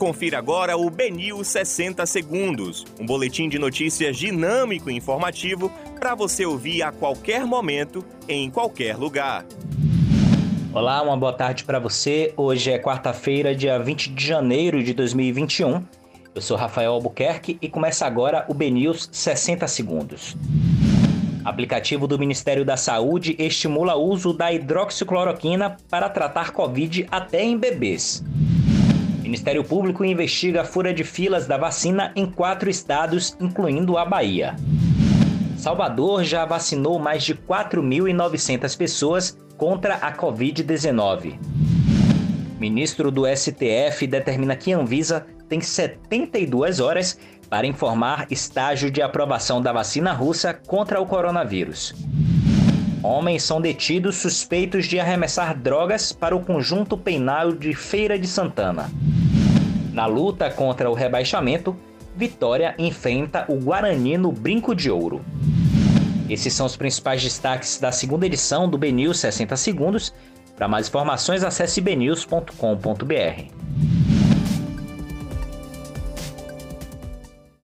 Confira agora o BNews 60 Segundos, um boletim de notícias dinâmico e informativo para você ouvir a qualquer momento, em qualquer lugar. Olá, uma boa tarde para você. Hoje é quarta-feira, dia 20 de janeiro de 2021. Eu sou Rafael Albuquerque e começa agora o BNews 60 Segundos. Aplicativo do Ministério da Saúde estimula o uso da hidroxicloroquina para tratar Covid até em bebês. Ministério Público investiga fura de filas da vacina em 4 estados, incluindo a Bahia. Salvador já vacinou mais de 4.900 pessoas contra a Covid-19. Ministro do STF determina que a Anvisa tem 72 horas para informar estágio de aprovação da vacina russa contra o coronavírus. Homens são detidos suspeitos de arremessar drogas para o conjunto penal de Feira de Santana. Na luta contra o rebaixamento, Vitória enfrenta o Guarani no Brinco de Ouro. Esses são os principais destaques da segunda edição do BNews 60 Segundos. Para mais informações, acesse bnews.com.br.